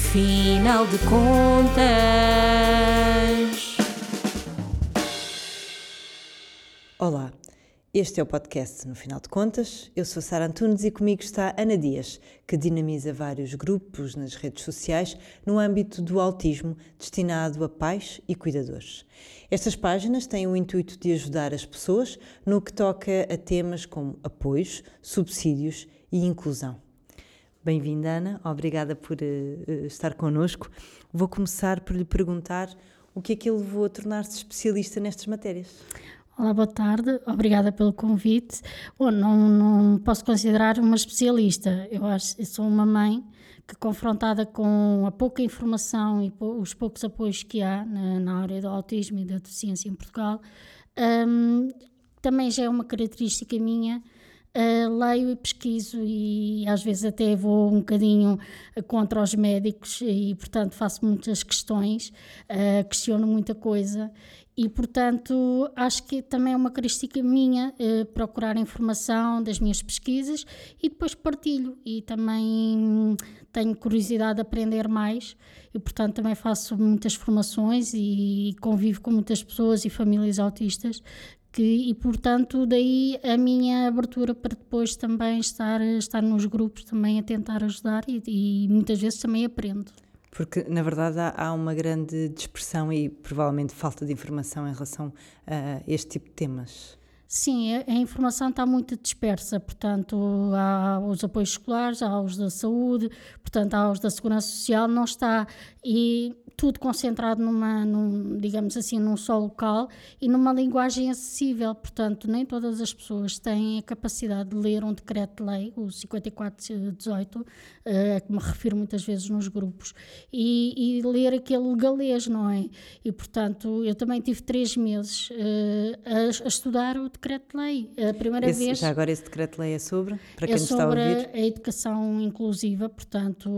Final de contas. Olá, este é o podcast No Final de Contas. Eu sou Sara Antunes e comigo está Ana Dias, que dinamiza vários grupos nas redes sociais no âmbito do autismo destinado a pais e cuidadores. Estas páginas têm o intuito de ajudar as pessoas no que toca a temas como apoios, subsídios e inclusão. Bem-vinda, Ana. Obrigada por estar connosco. Vou começar por lhe perguntar o que é que a levou a tornar-se especialista nestas matérias. Olá, boa tarde. Obrigada pelo convite. Bom, não posso considerar uma especialista. Eu sou uma mãe que, confrontada com a pouca informação e os poucos apoios que há na área do autismo e da deficiência em Portugal, também já é uma característica minha. Leio e pesquiso e às vezes até vou um bocadinho contra os médicos e, portanto, faço muitas questões, questiono muita coisa e, portanto, acho que também é uma característica minha procurar informação das minhas pesquisas e depois partilho, e também tenho curiosidade de aprender mais e, portanto, também faço muitas formações e convivo com muitas pessoas e famílias autistas. E, portanto, daí a minha abertura para depois também estar nos grupos, também a tentar ajudar e muitas vezes também aprendo. Porque, na verdade, há uma grande dispersão e provavelmente falta de informação em relação a este tipo de temas. Sim, a informação está muito dispersa, portanto, há os apoios escolares, há os da saúde, portanto, há os da segurança social, não está, e tudo concentrado digamos assim, num só local e numa linguagem acessível, portanto, nem todas as pessoas têm a capacidade de ler um decreto-lei, o 5418, a que me refiro muitas vezes nos grupos, e ler aquele galês, não é? E, portanto, eu também tive 3 meses a estudar o decreto-lei. A primeira vez... Já agora esse decreto-lei é sobre? Para quem É nos está a ouvir? sobre a educação inclusiva, portanto,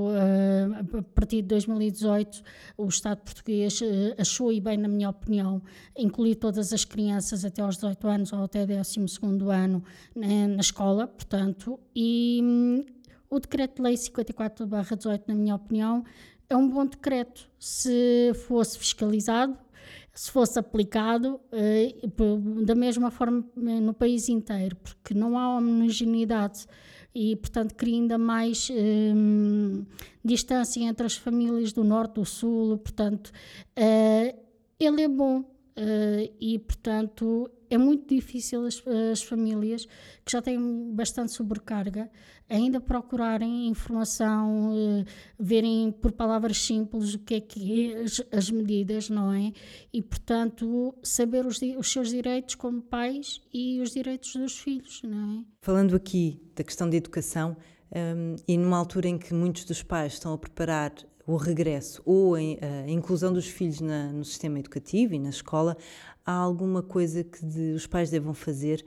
a partir de 2018, o Estado português achou, e bem na minha opinião, incluir todas as crianças até aos 18 anos ou até 12º ano na escola, portanto, e o decreto-lei 54/18, na minha opinião, é um bom decreto se fosse fiscalizado, se fosse aplicado da mesma forma no país inteiro, porque não há homogeneidade e, portanto, cria ainda mais distância entre as famílias do norte, do sul, portanto, ele é bom e, portanto, é muito difícil as famílias que já têm bastante sobrecarga ainda procurarem informação, verem por palavras simples o que é as medidas, não é? E, portanto, saber os seus direitos como pais e os direitos dos filhos, não é? Falando aqui da questão da educação, e numa altura em que muitos dos pais estão a preparar o regresso ou a inclusão dos filhos no sistema educativo e na escola, há alguma coisa que os pais devam fazer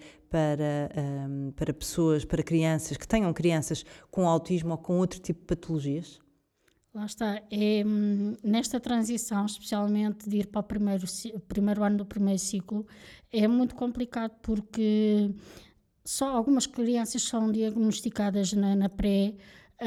para pessoas, para crianças, que tenham crianças com autismo ou com outro tipo de patologias? Lá está, nesta transição, especialmente de ir para o primeiro ano do primeiro ciclo, é muito complicado porque só algumas crianças são diagnosticadas na pré,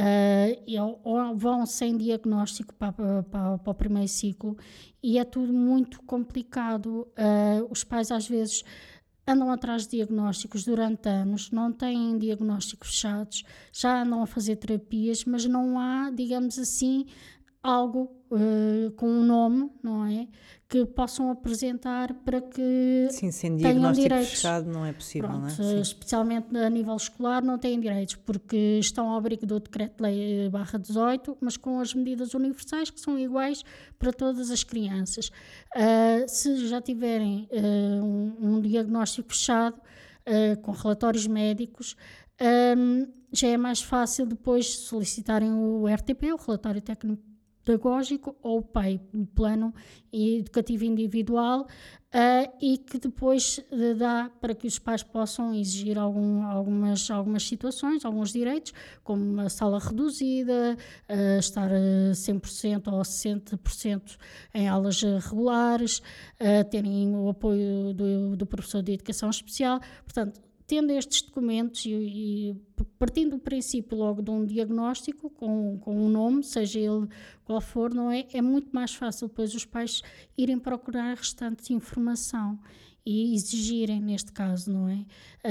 ou vão sem diagnóstico para o primeiro ciclo, e é tudo muito complicado. Os pais às vezes andam atrás de diagnósticos durante anos, não têm diagnósticos fechados, já andam a fazer terapias, mas não há, digamos assim, algo com um nome, não é? Que possam apresentar para que sim, sem tenham diagnóstico direitos. fechado não é possível, Pronto, não é? Sim. Especialmente a nível escolar não têm direitos, porque estão ao abrigo do decreto-lei /18, mas com as medidas universais que são iguais para todas as crianças. Se já tiverem um diagnóstico fechado, com relatórios médicos, já é mais fácil depois solicitarem o RTP, o relatório técnico pedagógico, ou o PEI, o Plano Educativo Individual, e que depois dá para que os pais possam exigir algumas situações, alguns direitos, como uma sala reduzida, estar 100% ou 60% em aulas regulares, terem o apoio do professor de educação especial. Portanto, tendo estes documentos e partindo do princípio logo de um diagnóstico com um nome, seja ele qual for, não é? É muito mais fácil depois os pais irem procurar a restante informação e exigirem, neste caso, não é?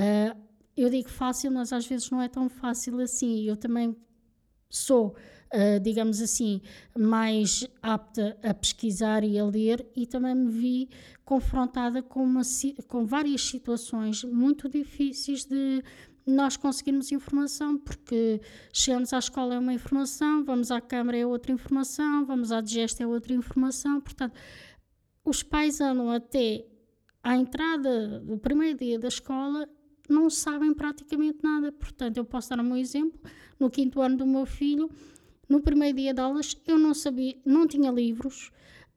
Eu digo fácil, mas às vezes não é tão fácil assim. Eu também sou, digamos assim, mais apta a pesquisar e a ler, e também me vi confrontada com várias situações muito difíceis de nós conseguirmos informação, porque chegamos à escola é uma informação, vamos à câmara é outra informação, vamos à digesta é outra informação. Portanto, os pais andam até à entrada do primeiro dia da escola, não sabem praticamente nada. Portanto, eu posso dar o meu exemplo. No 5º ano do meu filho, no primeiro dia de aulas, eu não sabia, não tinha livros,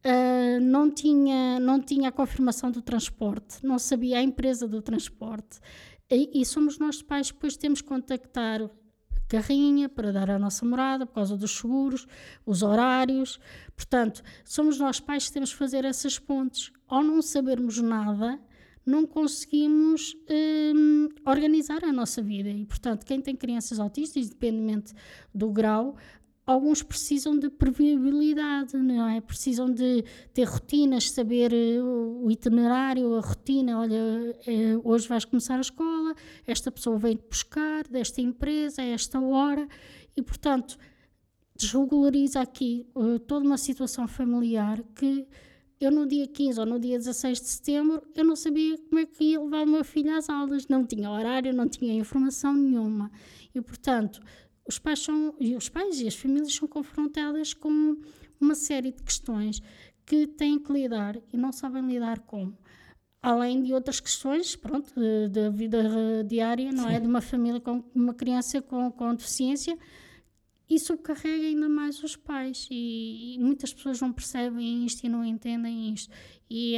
não tinha a confirmação do transporte, não sabia a empresa do transporte. E somos nós pais, depois temos que contactar a carrinha para dar a nossa morada, por causa dos seguros, os horários. Portanto, somos nós pais que temos que fazer essas pontes. Ao não sabermos nada, não conseguimos organizar a nossa vida. E, portanto, quem tem crianças autistas, independentemente do grau, alguns precisam de previsibilidade, não é? Precisam de ter rotinas, saber o itinerário, a rotina. Olha, hoje vais começar a escola, esta pessoa vem-te buscar, desta empresa, a esta hora, e, portanto, desregulariza aqui toda uma situação familiar que eu no dia 15 ou no dia 16 de setembro, eu não sabia como é que ia levar o meu filho às aulas, não tinha horário, não tinha informação nenhuma. E, portanto, os pais e as famílias são confrontadas com uma série de questões que têm que lidar e não sabem lidar como. Além de outras questões, pronto, da vida diária, não é? De uma família com uma criança com deficiência, e subcarrega ainda mais os pais, e muitas pessoas não percebem isto e não entendem isto. E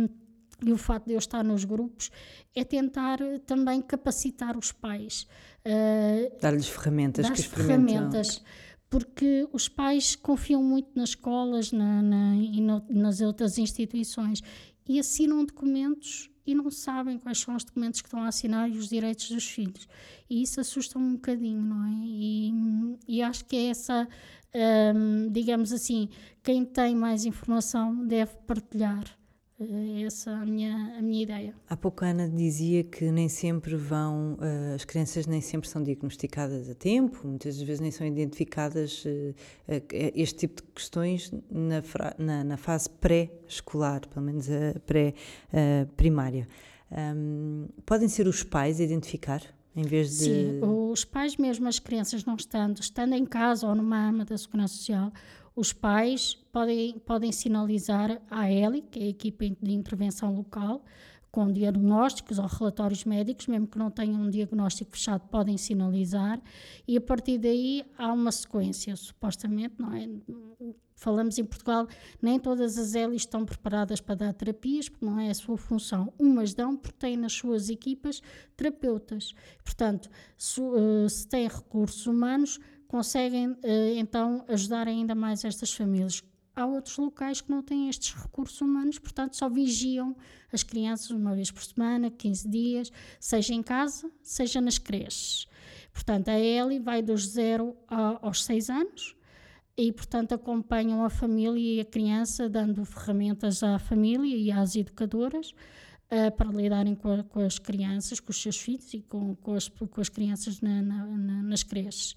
o facto de eu estar nos grupos é tentar também capacitar os pais. Dar-lhes ferramentas que experimentam. Porque os pais confiam muito nas escolas e nas outras instituições e assinam documentos e não sabem quais são os documentos que estão a assinar e os direitos dos filhos. E isso assusta um bocadinho, não é? E acho que é essa, digamos assim, quem tem mais informação deve partilhar. Essa é a minha ideia. Há pouco a Ana dizia que nem sempre as crianças nem sempre são diagnosticadas a tempo, muitas vezes nem são identificadas este tipo de questões na fase pré-escolar, pelo menos a pré-primária. Podem ser os pais a identificar, em vez de... Sim, os pais mesmo, as crianças não estando em casa ou numa AMA da Segurança Social, os pais podem sinalizar à ELI, que é a equipa de intervenção local, com diagnósticos ou relatórios médicos, mesmo que não tenham um diagnóstico fechado, podem sinalizar, e a partir daí há uma sequência, supostamente, não é? Falamos em Portugal, nem todas as ELIs estão preparadas para dar terapias, porque não é a sua função. Umas dão porque têm nas suas equipas terapeutas. Portanto, se têm recursos humanos, conseguem então ajudar ainda mais estas famílias. Há outros locais que não têm estes recursos humanos, portanto só vigiam as crianças uma vez por semana, 15 dias, seja em casa, seja nas creches. Portanto, a ELI vai dos 0 aos 6 anos e, portanto, acompanham a família e a criança, dando ferramentas à família e às educadoras para lidarem com as crianças, com os seus filhos e com as crianças nas creches.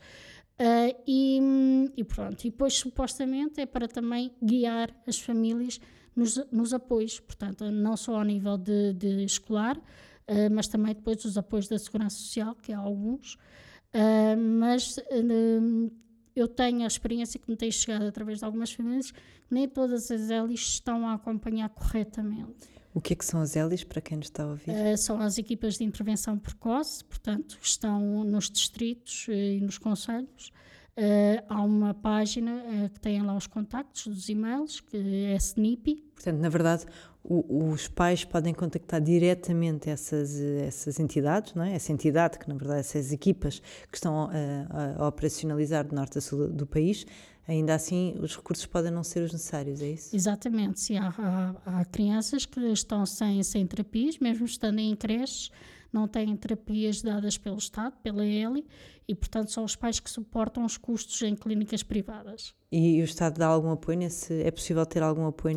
E pronto, e depois supostamente é para também guiar as famílias nos apoios, portanto não só ao nível de escolar, mas também depois os apoios da Segurança Social, que há alguns, mas eu tenho a experiência que me tem chegado através de algumas famílias, nem todas as ELIs estão a acompanhar corretamente. O que é que são as ELIs, para quem nos está a ouvir? São as equipas de intervenção precoce, portanto, estão nos distritos e nos concelhos. Há uma página que tem lá os contactos dos e-mails, que é SNIPI. Portanto, na verdade, os pais podem contactar diretamente essas entidades, não é? Essa entidade, que na verdade essas equipas que estão a operacionalizar de norte a sul do país. Ainda assim, os recursos podem não ser os necessários, é isso? Exatamente, sim, há crianças que estão sem terapias, mesmo estando em creches, não têm terapias dadas pelo Estado, pela ELI, e portanto são os pais que suportam os custos em clínicas privadas. E o Estado dá algum apoio é possível ter algum apoio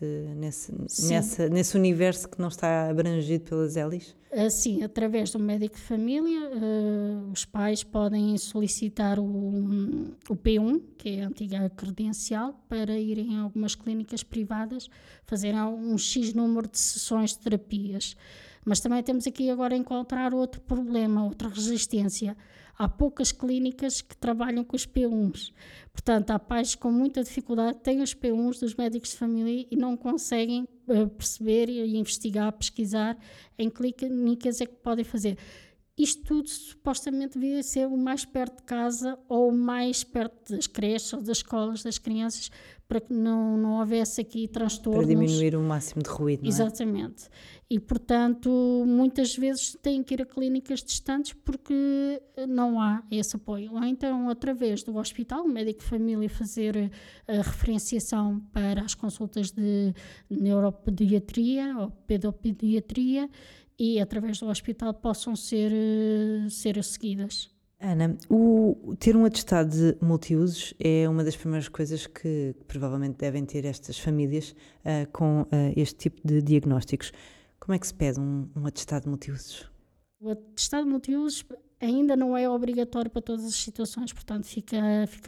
nesse universo que não está abrangido pelas ELIs? Sim, através do médico de família, os pais podem solicitar o P1, que é a antiga credencial, para irem a algumas clínicas privadas, fazerem um X número de sessões de terapias. Mas também temos aqui agora a encontrar outro problema, outra resistência. Há poucas clínicas que trabalham com os P1s. Portanto, há pais com muita dificuldade, têm os P1s dos médicos de família e não conseguem perceber e investigar, pesquisar em que clínicas é que podem fazer. Isto tudo supostamente devia ser o mais perto de casa ou mais perto das creches ou das escolas das crianças, para que não houvesse aqui transtornos. Para diminuir o máximo de ruído, não é? Exatamente. E, portanto, muitas vezes têm que ir a clínicas distantes porque não há esse apoio. Ou então, através do hospital, o médico de família fazer a referenciação para as consultas de neuropediatria ou pedopediatria e, através do hospital, possam ser seguidas. Ana, ter um atestado de multiusos é uma das primeiras coisas que provavelmente devem ter estas famílias com este tipo de diagnósticos. Como é que se pede um atestado de multiusos? O atestado de multiusos ainda não é obrigatório para todas as situações, portanto fica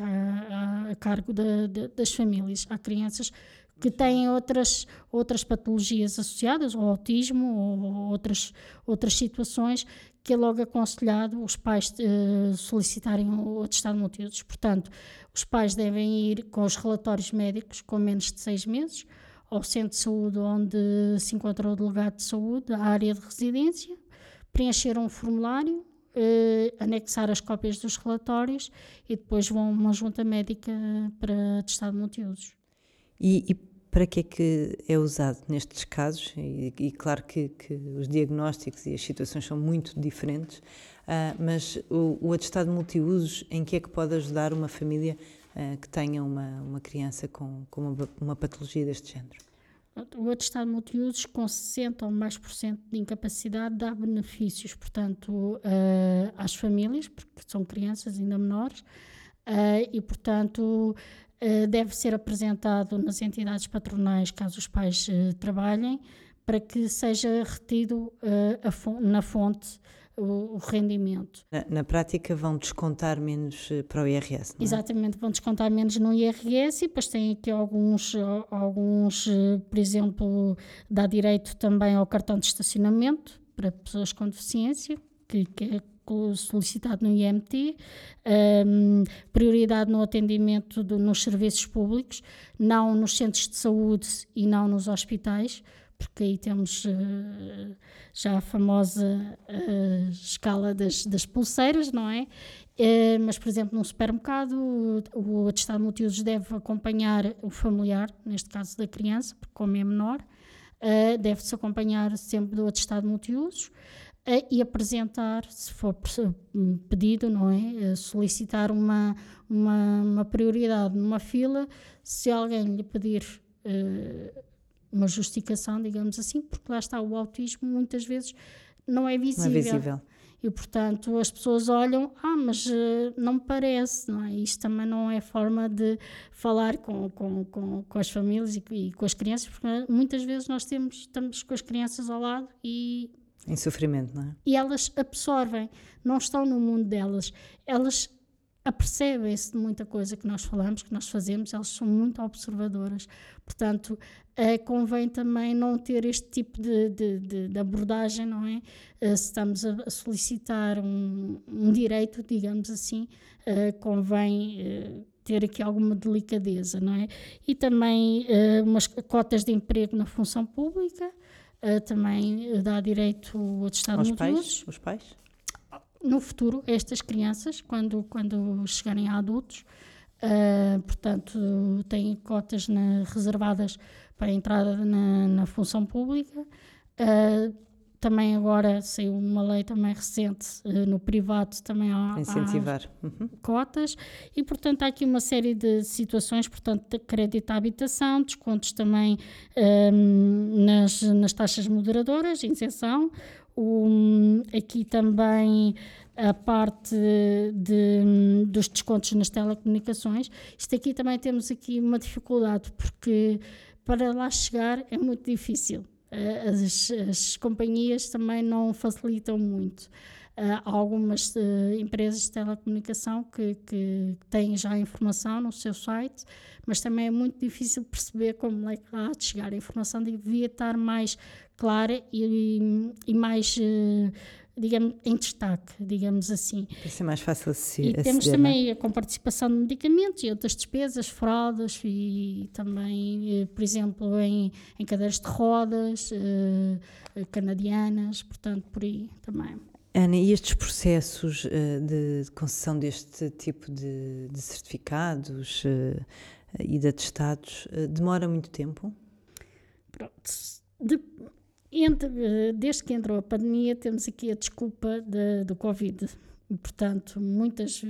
a cargo das famílias. Há crianças que têm outras patologias associadas, ao autismo ou outras situações, que é logo aconselhado os pais solicitarem o atestado de multiusos. Portanto, os pais devem ir com os relatórios médicos com menos de 6 meses ao centro de saúde onde se encontra o delegado de saúde, a área de residência, preencher um formulário, anexar as cópias dos relatórios e depois vão a uma junta médica para atestado de multiusos. E para que é usado nestes casos? E claro que os diagnósticos e as situações são muito diferentes, mas o atestado de multiusos, em que é que pode ajudar uma família que tenha uma criança com uma patologia deste género? O atestado de multiusos, com 60% ou mais de incapacidade, dá benefícios, portanto, às famílias, porque são crianças ainda menores, e, portanto, deve ser apresentado nas entidades patronais, caso os pais trabalhem, para que seja retido na fonte o rendimento. Na prática vão descontar menos para o IRS, não é? Exatamente, vão descontar menos no IRS e depois tem aqui alguns, por exemplo, dá direito também ao cartão de estacionamento para pessoas com deficiência, que é solicitado no IMT, prioridade no atendimento nos serviços públicos, não nos centros de saúde e não nos hospitais, porque aí temos já a famosa escala das pulseiras, não é? Mas, por exemplo, num supermercado, o atestado de multiusos deve acompanhar o familiar, neste caso da criança, porque como é menor, deve-se acompanhar sempre do atestado de multiusos e apresentar, se for pedido, não é? Solicitar uma prioridade numa fila, se alguém lhe pedir uma justificação, digamos assim, porque lá está, o autismo muitas vezes não é visível. Não é visível. E, portanto, as pessoas olham, mas não me parece, não é? Isto também não é forma de falar com as famílias e com as crianças, porque muitas vezes nós estamos com as crianças ao lado e... Em sofrimento, não é? E elas absorvem, não estão no mundo delas, elas apercebem-se de muita coisa que nós falamos, que nós fazemos, elas são muito observadoras. Portanto, convém também não ter este tipo de abordagem, não é? Se estamos a solicitar um direito, digamos assim, convém ter aqui alguma delicadeza, não é? E também umas cotas de emprego na função pública, também dá direito ao atestado de multiusos. Os pais? No futuro, estas crianças, quando chegarem a adultos, portanto, têm cotas reservadas para a entrada na função pública. Também agora saiu uma lei também recente no privado, também há incentivar cotas e, portanto, há aqui uma série de situações, portanto, de crédito à habitação, descontos também nas taxas moderadoras, isenção, Aqui também a parte dos descontos nas telecomunicações. Isto aqui também temos aqui uma dificuldade, porque para lá chegar é muito difícil. As companhias também não facilitam muito. Há algumas empresas de telecomunicação que têm já a informação no seu site, mas também é muito difícil perceber como é que há de chegar. A informação devia estar mais clara e mais, digamos, em destaque, digamos assim. Para ser mais fácil E temos também a comparticipação de medicamentos e outras despesas, fraldas e também, por exemplo, em cadeiras de rodas, canadianas, portanto, por aí também. Ana, e estes processos de concessão deste tipo de certificados e de atestados demora muito tempo? Pronto. Desde que entrou a pandemia, temos aqui a desculpa do Covid. E, portanto, muitos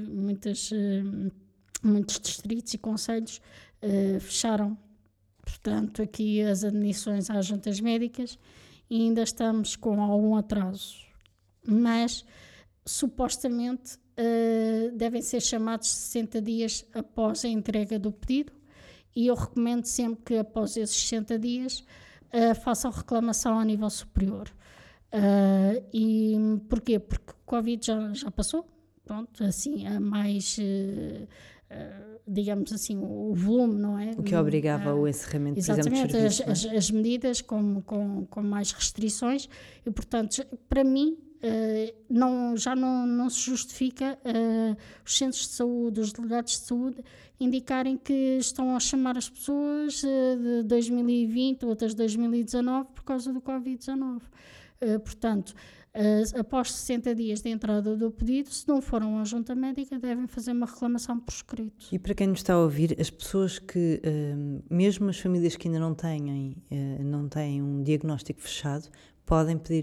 distritos e concelhos fecharam. Portanto, aqui as admissões às juntas médicas e ainda estamos com algum atraso. Mas, supostamente, devem ser chamados 60 dias após a entrega do pedido e eu recomendo sempre que após esses 60 dias façam reclamação a nível superior. E porquê? Porque o Covid já passou, pronto, assim, a mais, digamos assim, o volume, não é? O que obrigava o encerramento, por exemplo, dos serviços. As medidas com mais restrições e, portanto, para mim, já não se justifica os centros de saúde, os delegados de saúde indicarem que estão a chamar as pessoas de 2020 ou outras de 2019 por causa do Covid-19. Portanto, após 60 dias de entrada do pedido, se não foram à junta médica, devem fazer uma reclamação por escrito. E para quem nos está a ouvir, as pessoas que, mesmo as famílias que ainda não têm um diagnóstico fechado, podem pedir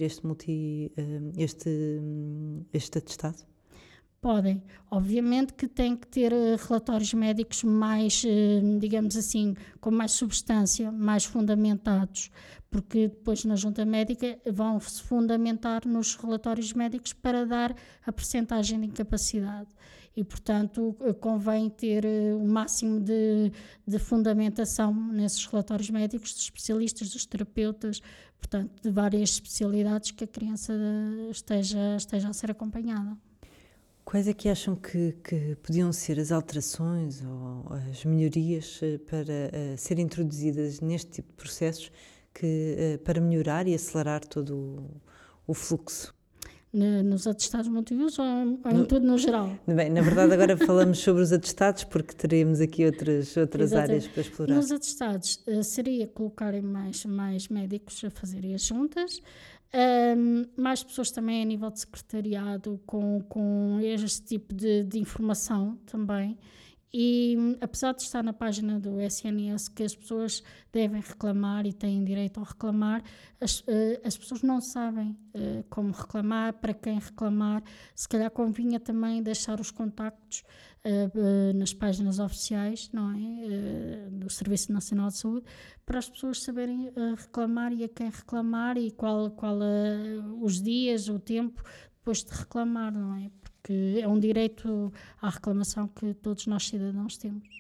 este atestado? Podem. Obviamente que têm que ter relatórios médicos mais, digamos assim, com mais substância, mais fundamentados, porque depois na junta médica vão se fundamentar nos relatórios médicos para dar a percentagem de incapacidade. E, portanto, convém ter o máximo de fundamentação nesses relatórios médicos dos especialistas, dos terapeutas, portanto, de várias especialidades que a criança esteja a ser acompanhada. Quais é que acham que podiam ser as alterações ou as melhorias para serem introduzidas neste tipo de processos para melhorar e acelerar todo o fluxo? Nos atestados multiuso ou em tudo no geral? Bem, na verdade agora falamos sobre os atestados porque teremos aqui outras áreas para explorar. Nos atestados seria colocarem mais médicos a fazerem as juntas, mais pessoas também a nível de secretariado com este tipo de informação também. E apesar de estar na página do SNS que as pessoas devem reclamar e têm direito a reclamar, as pessoas não sabem como reclamar, para quem reclamar. Se calhar convinha também deixar os contactos nas páginas oficiais, não é? Do Serviço Nacional de Saúde, para as pessoas saberem reclamar e a quem reclamar e qual os dias, o tempo depois de reclamar, não é? Que é um direito à reclamação que todos nós cidadãos temos.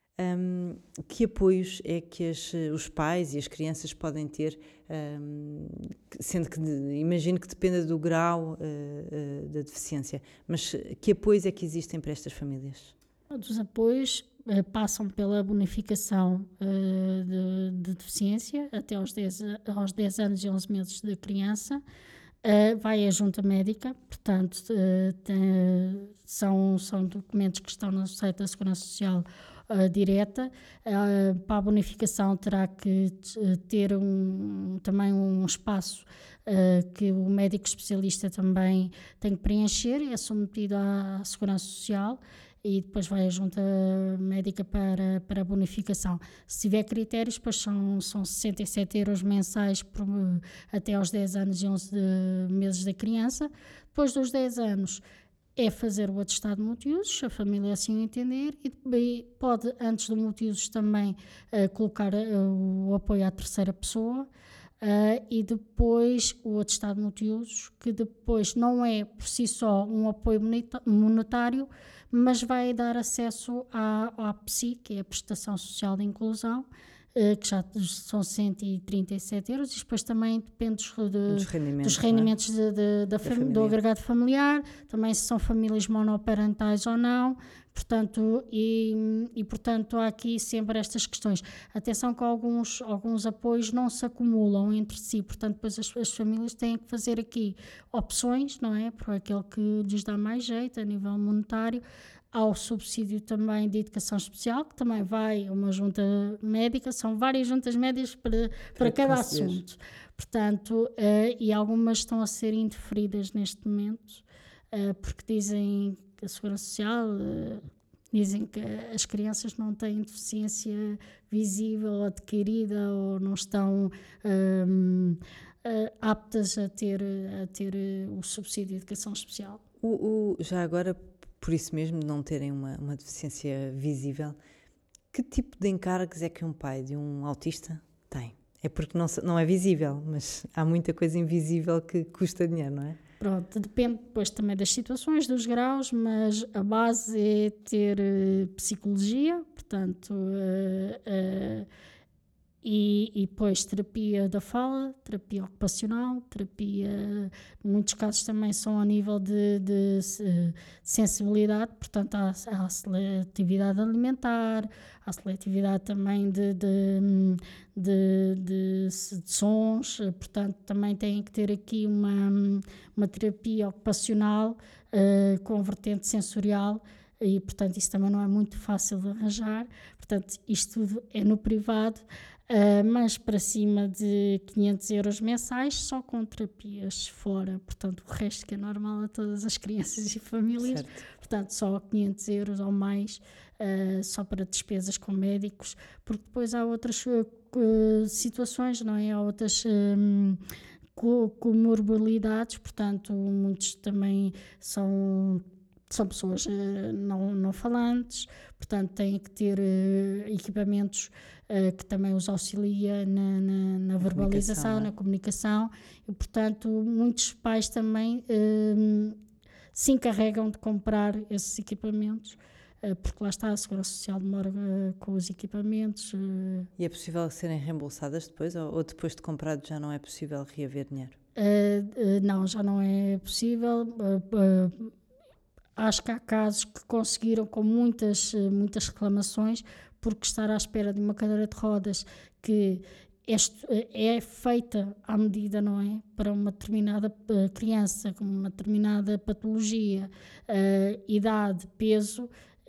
Que apoios é que os pais e as crianças podem ter, sendo que imagino que dependa do grau da deficiência, mas que apoios é que existem para estas famílias? Os apoios passam pela bonificação de deficiência até aos 10 anos e 11 meses da criança. Vai à junta médica, portanto são documentos que estão no site da Segurança Social direta. Para a bonificação terá que ter também um espaço que o médico especialista também tem que preencher, é submetido à Segurança Social e depois vai à junta médica para a bonificação. Se tiver critérios, depois são 67 € mensais até aos 10 anos e 11 meses da criança. Depois dos 10 anos é fazer o atestado multiusos, se a família assim o entender, e pode, antes do multiusos, também colocar o apoio à terceira pessoa. e depois o atestado multiusos, que depois não é por si só um apoio monetário, mas vai dar acesso à PSI, que é a Prestação Social de Inclusão, que já são 137 euros, e depois também depende dos rendimentos do agregado familiar, também se são famílias monoparentais ou não, portanto, portanto há aqui sempre estas questões. Atenção que alguns apoios não se acumulam entre si, portanto depois as famílias têm que fazer aqui opções, não é? Por aquele que lhes dá mais jeito a nível monetário. Há o subsídio também de educação especial, que também vai a uma junta médica, são várias juntas médicas para cada assunto. Portanto, e algumas estão a ser indeferidas neste momento, porque dizem que a Segurança Social, dizem que as crianças não têm deficiência visível adquirida ou não estão aptas a ter o subsídio de educação especial. Já agora, por isso mesmo de não terem uma deficiência visível, que tipo de encargos é que um pai de um autista tem? É porque não é visível, mas há muita coisa invisível que custa dinheiro, não é? Pronto, depende depois também das situações, dos graus, mas a base é ter psicologia, portanto, e depois terapia da fala, terapia ocupacional, terapia, em muitos casos também são a nível de sensibilidade, portanto há a seletividade alimentar, há a seletividade também de sons, portanto também tem que ter aqui uma terapia ocupacional com vertente sensorial, e portanto isso também não é muito fácil de arranjar, portanto isto tudo é no privado. Mas para cima de 500 euros mensais, só com terapias fora, portanto o resto que é normal a todas as crianças e famílias, certo. Portanto só 500 euros ou mais, só para despesas com médicos, porque depois há outras situações, não é? Há outras comorbilidades, portanto muitos também são pessoas não falantes, portanto têm que ter equipamentos que também os auxilia na verbalização, na comunicação, e portanto muitos pais também se encarregam de comprar esses equipamentos, porque lá está, a Segurança Social demora com os equipamentos. E é possível serem reembolsadas depois, ou depois de comprado já não é possível reaver dinheiro? Não, já não é possível. Acho que há casos que conseguiram com muitas reclamações, porque estar à espera de uma cadeira de rodas que é feita à medida, não é? Para uma determinada criança, com uma determinada patologia, idade, peso,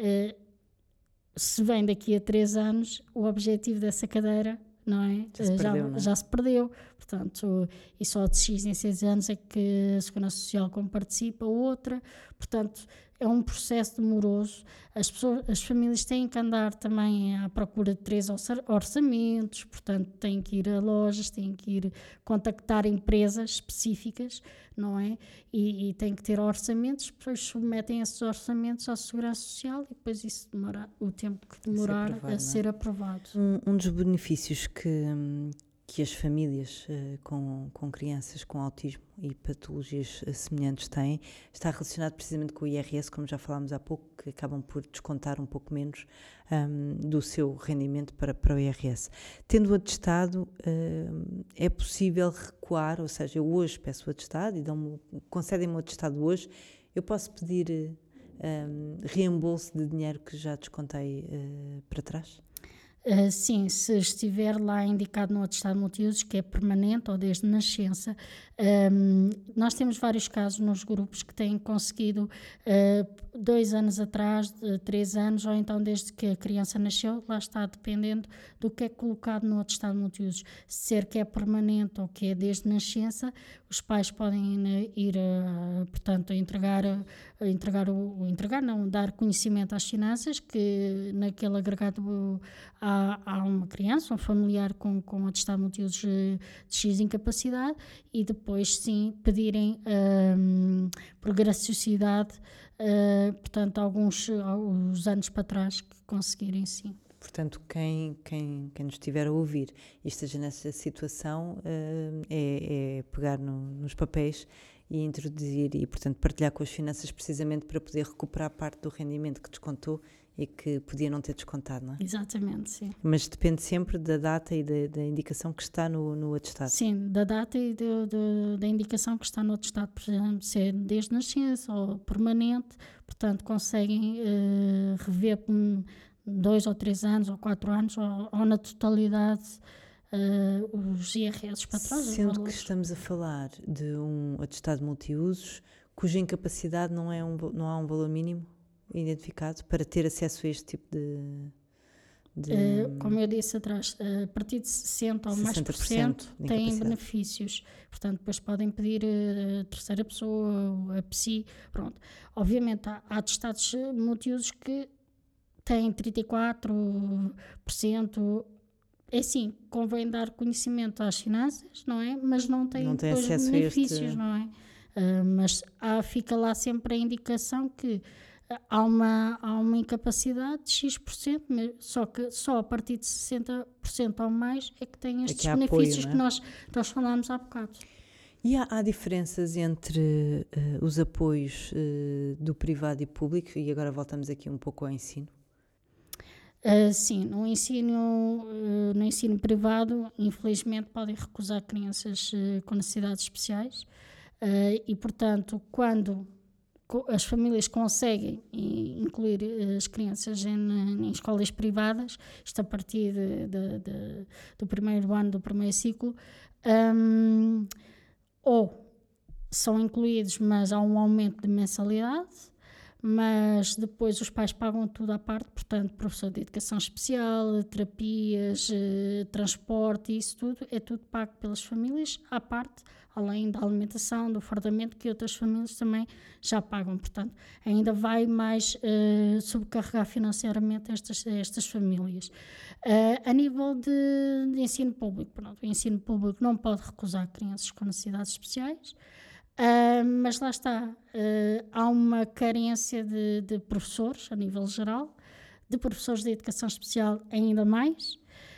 se vem daqui a 3 anos, o objetivo dessa cadeira, não é? Já se perdeu. Portanto, e só de X em 6 anos é que a Segurança Social como participa, outra. Portanto, é um processo demoroso. As famílias têm que andar também à procura de 3 orçamentos, portanto, têm que ir a lojas, têm que ir contactar empresas específicas, não é? E têm que ter orçamentos, depois submetem esses orçamentos à Segurança Social e depois isso demora o tempo que demorar a ser aprovado. Um dos benefícios que as famílias com crianças com autismo e patologias semelhantes têm está relacionado precisamente com o IRS, como já falámos há pouco, que acabam por descontar um pouco menos do seu rendimento para o IRS. Tendo o atestado, é possível recuar, ou seja, eu hoje peço o atestado e concedem-me o atestado hoje, eu posso pedir reembolso de dinheiro que já descontei para trás? Sim, se estiver lá indicado no atestado multiusos, que é permanente ou desde nascença. Nós temos vários casos nos grupos que têm conseguido 2 anos atrás, 3 anos, ou então desde que a criança nasceu, lá está, dependendo do que é colocado no atestado multiusos. Ser que é permanente ou que é desde nascença, os pais podem ir, portanto, dar conhecimento às finanças que naquele agregado há uma criança, um familiar com atestado multiusos de X incapacidade, e depois sim pedirem por graciosidade, portanto alguns anos para trás que conseguirem sim. Portanto, quem nos estiver a ouvir e esteja nessa situação, é pegar nos papéis e introduzir e, portanto, partilhar com as finanças precisamente para poder recuperar parte do rendimento que descontou e que podia não ter descontado, não é? Exatamente, sim. Mas depende sempre da data e da indicação que está no atestado. Sim, da data e da indicação que está no atestado, por exemplo, se é desde nascença ou permanente, portanto conseguem rever por 2 ou 3 anos ou 4 anos ou na totalidade os IRS para trás. Sendo que estamos a falar de um atestado multiusos cuja incapacidade não há um valor mínimo identificado para ter acesso a este tipo de como eu disse atrás, a partir de 60% ou mais por cento têm benefícios, portanto depois podem pedir a terceira pessoa, a PSI, pronto. Obviamente há atestados multiusos que têm 34%, é assim, convém dar conhecimento às finanças, não é? Mas não têm depois benefícios, não é? Mas fica lá sempre a indicação que há uma incapacidade de X%, só que só a partir de 60% ou mais é que tem estes benefícios apoio, que nós falámos há bocado. E há diferenças entre os apoios do privado e público? E agora voltamos aqui um pouco ao ensino. Sim, no ensino privado, infelizmente, podem recusar crianças com necessidades especiais e, portanto, quando as famílias conseguem incluir as crianças em escolas privadas, isto a partir do primeiro ano do primeiro ciclo, ou são incluídos, mas há um aumento de mensalidade, mas depois os pais pagam tudo à parte, portanto, professor de educação especial, terapias, transporte, isso tudo, é tudo pago pelas famílias à parte, além da alimentação, do fardamento que outras famílias também já pagam, portanto, ainda vai mais sobrecarregar financeiramente estas famílias. A nível de ensino público, pronto, o ensino público não pode recusar crianças com necessidades especiais, mas lá está, há uma carência de professores a nível geral, de professores de educação especial ainda mais,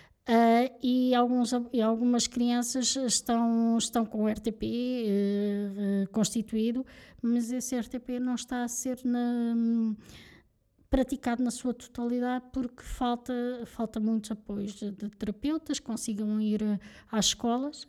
e algumas crianças estão com o RTP constituído, mas esse RTP não está a ser praticado na sua totalidade porque falta muitos apoios de terapeutas que consigam ir às escolas,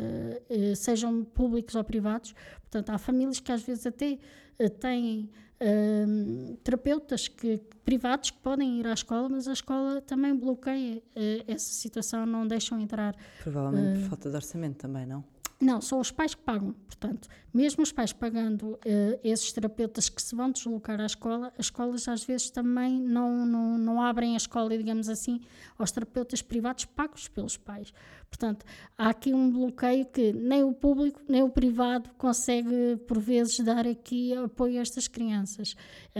sejam públicos ou privados. Portanto, há famílias que às vezes até têm terapeutas privados que podem ir à escola, mas a escola também bloqueia essa situação, não deixam entrar. Provavelmente por falta de orçamento também, não? Não, são os pais que pagam, portanto, mesmo os pais pagando esses terapeutas que se vão deslocar à escola, as escolas às vezes também não abrem a escola, digamos assim, aos terapeutas privados pagos pelos pais. Portanto, há aqui um bloqueio que nem o público nem o privado consegue, por vezes, dar aqui apoio a estas crianças.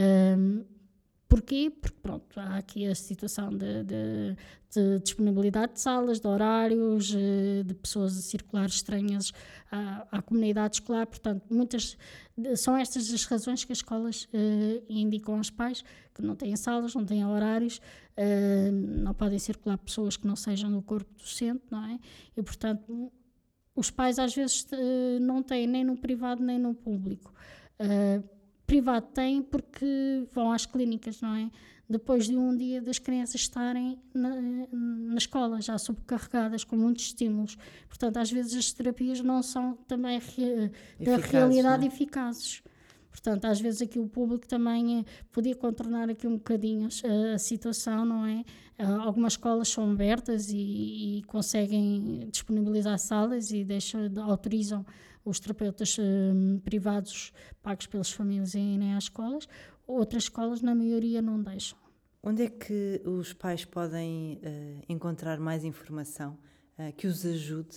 Porquê? Porque, pronto, há aqui a situação de disponibilidade de salas, de horários, de pessoas a circular estranhas à comunidade escolar. Portanto, são estas as razões que as escolas indicam aos pais, que não têm salas, não têm horários, não podem circular pessoas que não sejam do corpo docente, não é? E, portanto, os pais às vezes não têm nem no privado nem no público. Privado tem porque vão às clínicas, não é? Depois de um dia das crianças estarem na escola, já sobrecarregadas, com muitos estímulos. Portanto, às vezes as terapias não são também da realidade eficazes. Portanto, às vezes aqui o público também podia contornar aqui um bocadinho a situação, não é? Algumas escolas são abertas e conseguem disponibilizar salas e autorizam os terapeutas privados pagos pelas famílias a irem às escolas. Outras escolas, na maioria, não deixam. Onde é que os pais podem encontrar mais informação que os ajude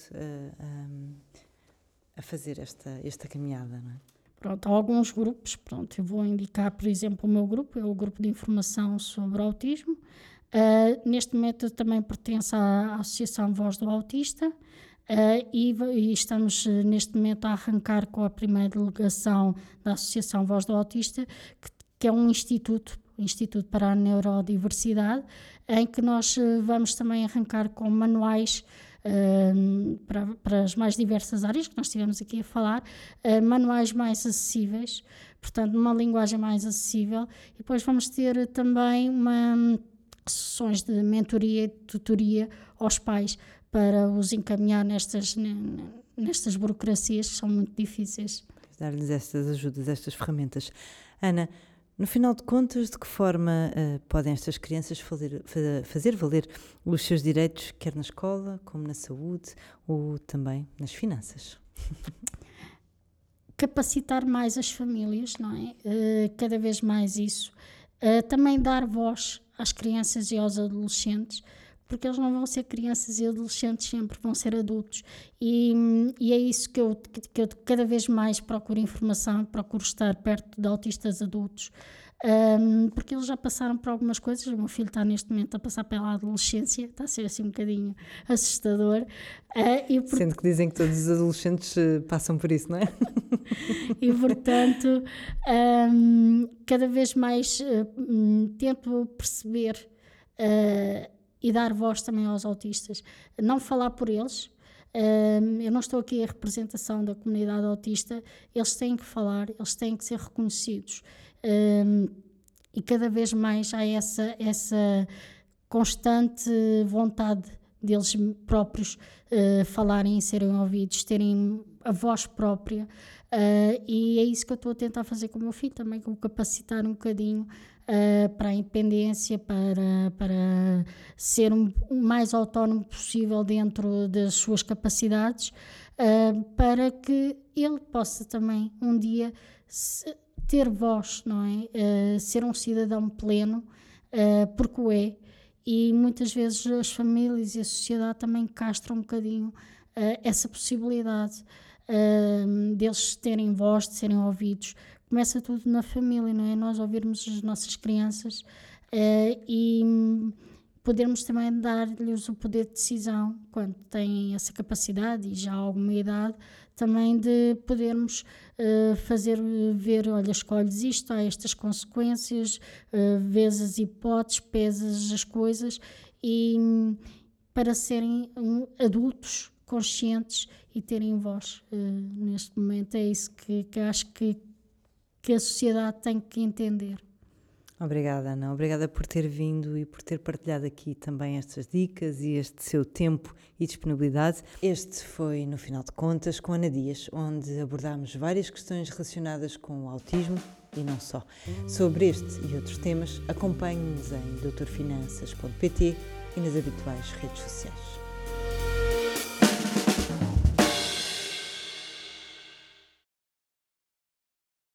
a fazer esta caminhada, não é? Pronto, há alguns grupos, pronto, eu vou indicar, por exemplo, o meu grupo, é o grupo de informação sobre autismo. Neste momento eu também pertenço à Associação Voz do Autista, e estamos neste momento a arrancar com a primeira delegação da Associação Voz do Autista, que é um instituto Instituto para a Neurodiversidade, em que nós vamos também arrancar com manuais para as mais diversas áreas que nós estivemos aqui a falar, manuais mais acessíveis, portanto, numa linguagem mais acessível, e depois vamos ter também sessões de mentoria e tutoria aos pais para os encaminhar nestas burocracias que são muito difíceis. Dar-lhes estas ajudas, estas ferramentas. Ana, no final de contas, de que forma podem estas crianças fazer valer os seus direitos, quer na escola, como na saúde ou também nas finanças? Capacitar mais as famílias, não é? Cada vez mais isso. Também dar voz às crianças e aos adolescentes, porque eles não vão ser crianças e adolescentes sempre, vão ser adultos. E é isso que eu cada vez mais procuro informação, procuro estar perto de autistas adultos, porque eles já passaram por algumas coisas. O meu filho está neste momento a passar pela adolescência, está a ser assim um bocadinho assustador. Sendo que dizem que todos os adolescentes passam por isso, não é? E portanto, cada vez mais tento perceber e dar voz também aos autistas, não falar por eles. Eu não estou aqui a representação da comunidade autista, eles têm que falar, eles têm que ser reconhecidos, e cada vez mais há essa constante vontade deles próprios falarem e serem ouvidos, terem a voz própria, e é isso que eu estou a tentar fazer com o meu filho também, com o capacitar um bocadinho para a independência, para ser o mais autónomo possível dentro das suas capacidades, para que ele possa também um dia ter voz, não é? Ser um cidadão pleno, porque o é, e muitas vezes as famílias e a sociedade também castram um bocadinho essa possibilidade deles terem voz, de serem ouvidos. Começa tudo na família, não é? Nós ouvirmos as nossas crianças e podermos também dar-lhes o poder de decisão quando têm essa capacidade e já há alguma idade, também de podermos fazer ver, olha, escolhes isto, há estas consequências, vês as hipóteses, pesas as coisas, e para serem adultos conscientes e terem voz. Neste momento é isso que acho que a sociedade tem que entender. Obrigada, Ana. Obrigada por ter vindo e por ter partilhado aqui também estas dicas e este seu tempo e disponibilidade. Este foi, no final de contas, com Ana Dias, onde abordámos várias questões relacionadas com o autismo e não só. Sobre este e outros temas, acompanhe-nos em doutorfinanças.pt e nas habituais redes sociais.